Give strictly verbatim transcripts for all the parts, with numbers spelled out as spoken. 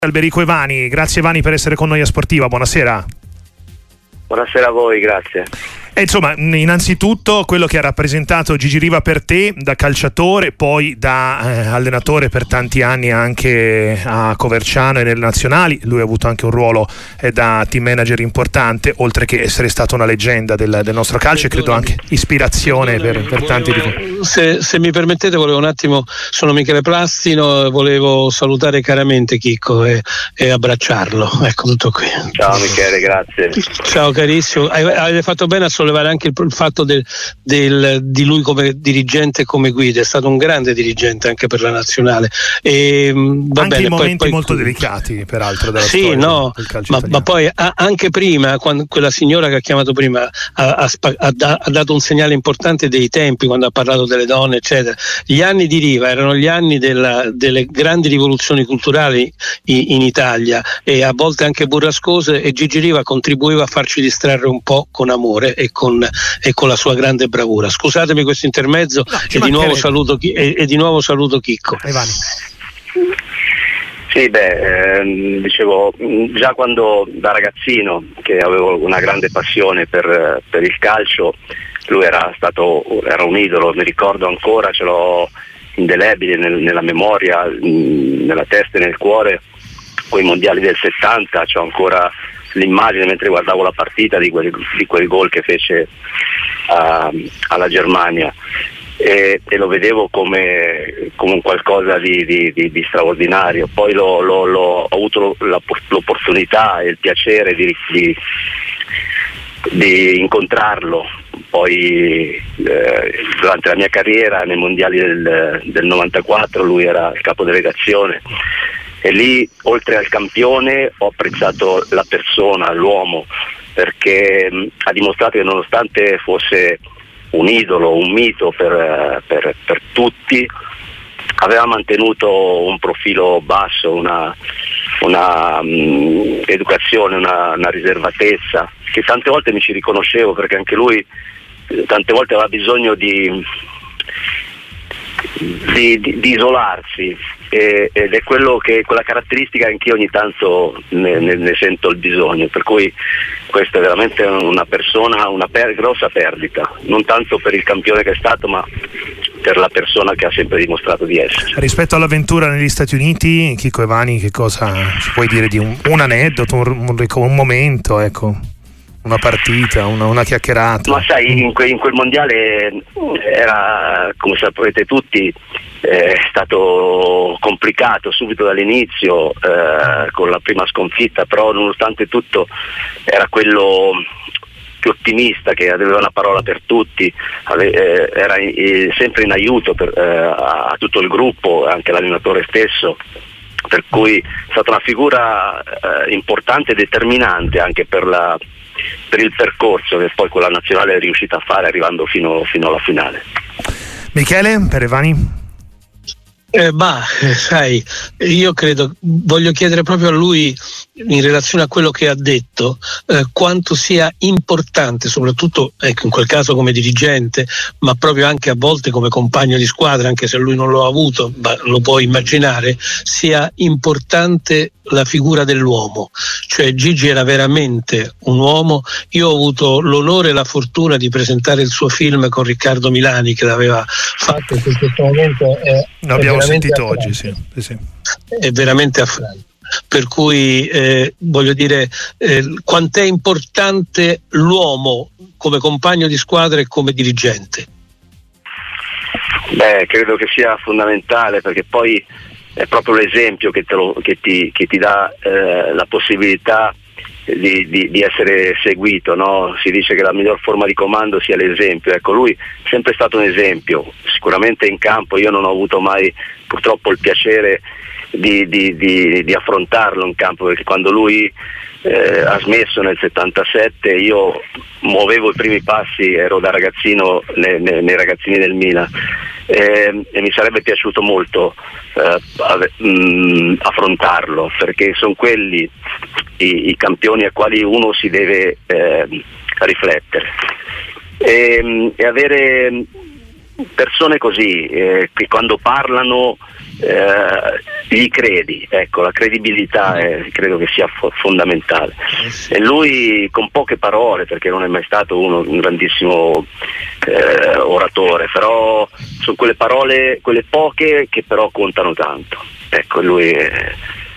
Alberico Evani, grazie Evani per essere con noi a Sportiva, buonasera. Buonasera a voi, grazie. E insomma, innanzitutto quello che ha rappresentato Gigi Riva per te da calciatore, poi da eh, allenatore per tanti anni anche a Coverciano e nelle nazionali. Lui ha avuto anche un ruolo eh, da team manager importante, oltre che essere stato una leggenda del, del nostro calcio e credo anche ispirazione per, per tanti di voi. Se, se mi permettete, volevo un attimo, sono Michele Plastino, volevo salutare caramente Chicco e, e abbracciarlo. Ecco, tutto qui. Ciao Michele, grazie. Ciao carissimo, avete fatto bene a sollevare anche il, il fatto del, del, di lui come dirigente e come guida. È stato un grande dirigente anche per la nazionale e, va anche bene, in poi, momenti poi, molto delicati peraltro della sì, storia no, del calcio ma, italiano. ma poi a, anche prima, quando quella signora che ha chiamato prima ha, ha, ha, ha dato un segnale importante dei tempi quando ha parlato delle donne eccetera. Gli anni di Riva erano gli anni della, delle grandi rivoluzioni culturali in, in Italia, e a volte anche burrascose, e Gigi Riva contribuiva a farci distrarre un po' con amore e con, e con la sua grande bravura. Scusatemi questo intermezzo, no, e, di nuovo saluto, e, e di nuovo saluto Chicco. Evani. Sì, beh, ehm, dicevo, già quando da ragazzino, che avevo una grande passione per, per il calcio, lui era stato era un idolo, mi ricordo ancora, ce l'ho indelebile nel, nella memoria, nella testa e nel cuore, quei mondiali del settanta, c'ho ancora l'immagine mentre guardavo la partita di quel, di quel gol che fece uh, alla Germania, e, e lo vedevo come, come un qualcosa di, di, di, di straordinario. Poi lo, lo, lo, ho avuto l'opportunità e il piacere di, di, di incontrarlo poi eh, durante la mia carriera nei mondiali del, del novantaquattro. Lui era il capodelegazione e lì, oltre al campione, ho apprezzato la persona, l'uomo, perché mh, ha dimostrato che nonostante fosse un idolo, un mito per, per, per tutti, aveva mantenuto un profilo basso, una, una mh, educazione, una, una riservatezza, che tante volte mi ci riconoscevo, perché anche lui tante volte aveva bisogno di, di, di, di isolarsi, e, ed è quello che, quella caratteristica che anch'io ogni tanto ne, ne, ne sento il bisogno, per cui questa è veramente una persona, una per, grossa perdita, non tanto per il campione che è stato, ma per la persona che ha sempre dimostrato di essere. Rispetto all'avventura negli Stati Uniti, Chicco Evani, che cosa ci puoi dire di un, un aneddoto, un, un, un momento, ecco? Una partita, una, una chiacchierata? Ma sai, in, que, in quel mondiale era, come sapete tutti, è stato complicato subito dall'inizio, eh, con la prima sconfitta, però nonostante tutto era quello più ottimista, che aveva una parola per tutti, ave, eh, era in, sempre in aiuto per, eh, a tutto il gruppo, anche l'allenatore stesso, per cui è stata una figura eh, importante e determinante anche per la per il percorso che poi quella nazionale è riuscita a fare, arrivando fino, fino alla finale. Michele, per Evani? Eh, bah, sai, io credo, voglio chiedere proprio a lui, in relazione a quello che ha detto, eh, quanto sia importante, soprattutto ecco, in quel caso come dirigente, ma proprio anche a volte come compagno di squadra, anche se lui non lo ha avuto, ma lo può immaginare, sia importante la figura dell'uomo. Cioè Gigi era veramente un uomo. Io ho avuto l'onore e la fortuna di presentare il suo film con Riccardo Milani, che l'aveva fatto in questo momento. È, Lo abbiamo è sentito oggi, sì. sì. È veramente affrante. Per cui eh, voglio dire, eh, quant'è importante l'uomo come compagno di squadra e come dirigente. Beh, credo che sia fondamentale, perché poi è proprio l'esempio che, te lo, che, ti, che ti dà eh, la possibilità di, di, di essere seguito, no? Si dice che la miglior forma di comando sia l'esempio. Ecco, lui è sempre stato un esempio, sicuramente in campo. Io non ho avuto mai purtroppo il piacere di, di, di, di affrontarlo in campo, perché quando lui eh, ha smesso nel settantasette io muovevo i primi passi, ero da ragazzino nei, nei, nei ragazzini del Milan, e, e mi sarebbe piaciuto molto eh, ave, mh, affrontarlo, perché sono quelli i, i campioni a quali uno si deve eh, riflettere e, e avere persone così eh, che quando parlano eh, gli credi, ecco, la credibilità è, credo che sia fo- fondamentale. E lui con poche parole, perché non è mai stato uno, un grandissimo eh, oratore, però sono quelle parole, quelle poche che però contano tanto. Ecco, lui eh,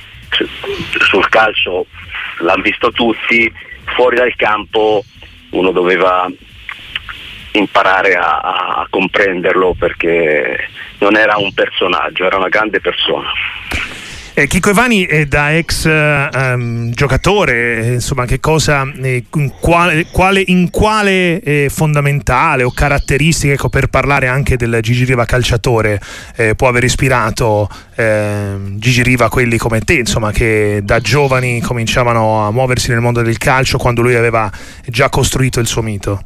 sul calcio l'hanno visto tutti, fuori dal campo uno doveva imparare a, a comprenderlo, perché non era un personaggio, era una grande persona. Eh, Chicco Ivani, eh, da ex um, giocatore, eh, insomma, che cosa, eh, in quale, quale, in quale eh, fondamentale o caratteristiche, ecco, per parlare anche del Gigi Riva calciatore, eh, può aver ispirato eh, Gigi Riva quelli come te, insomma, che da giovani cominciavano a muoversi nel mondo del calcio quando lui aveva già costruito il suo mito?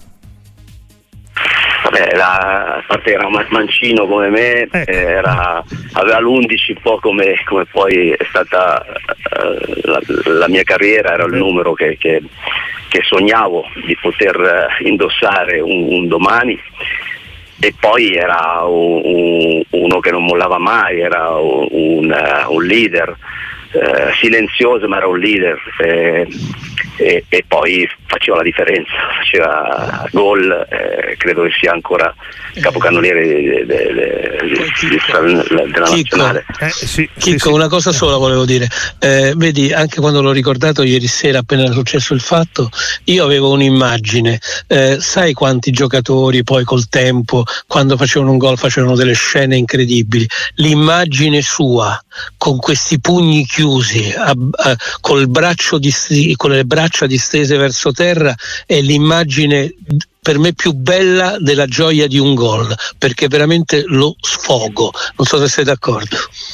Vabbè, la, a parte era un mancino come me, ecco. era, aveva l'undici, un po' come, come poi è stata uh, la, la mia carriera, era il numero che, che, che sognavo di poter indossare un, un domani. E poi era un, un, uno che non mollava mai, era un, un, un leader, eh, silenzioso ma era un leader, eh, e, e poi faceva la differenza, faceva gol, eh, credo che sia ancora capocannoniere de, de, de, de, della nazionale. Eh, sì, Chicco, sì, sì. Una cosa sola volevo dire, eh, vedi, anche quando l'ho ricordato ieri sera appena era successo il fatto, io avevo un'immagine, eh, sai quanti giocatori poi col tempo, quando facevano un gol, facevano delle scene incredibili, l'immagine sua con questi pugni chiusi, a, a, col braccio di, con le braccia distese verso terra, è l'immagine per me più bella della gioia di un gol, perché veramente lo sfogo. Non so se sei d'accordo.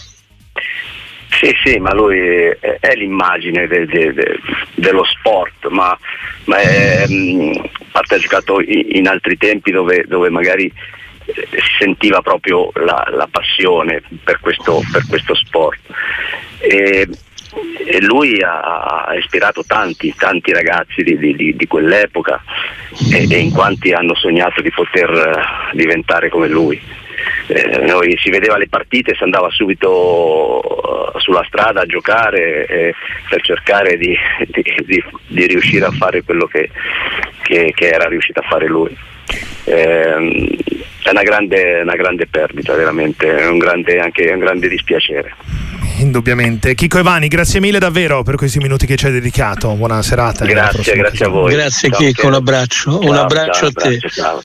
Sì, sì, ma lui è, è l'immagine de, de, de, dello sport, ma, ma è, mh, parte ha giocato in, in altri tempi dove, dove magari eh, si sentiva proprio la, la passione per questo, per questo sport. E, e lui ha, ha ispirato tanti, tanti ragazzi di, di, di quell'epoca, e, e in quanti hanno sognato di poter uh, diventare come lui. Eh, noi si vedeva le partite, si andava subito uh, sulla strada a giocare, eh, per cercare di, di, di, di riuscire a fare quello che, che, che era riuscito a fare lui. Eh, è una grande, una grande perdita, veramente, è un grande, anche un grande dispiacere. Indubbiamente. Chicco Ivani, grazie mille davvero per questi minuti che ci hai dedicato. Buona serata. Grazie, grazie a voi. Grazie Chicco, un abbraccio, ciao, un abbraccio ciao, a te. Ciao.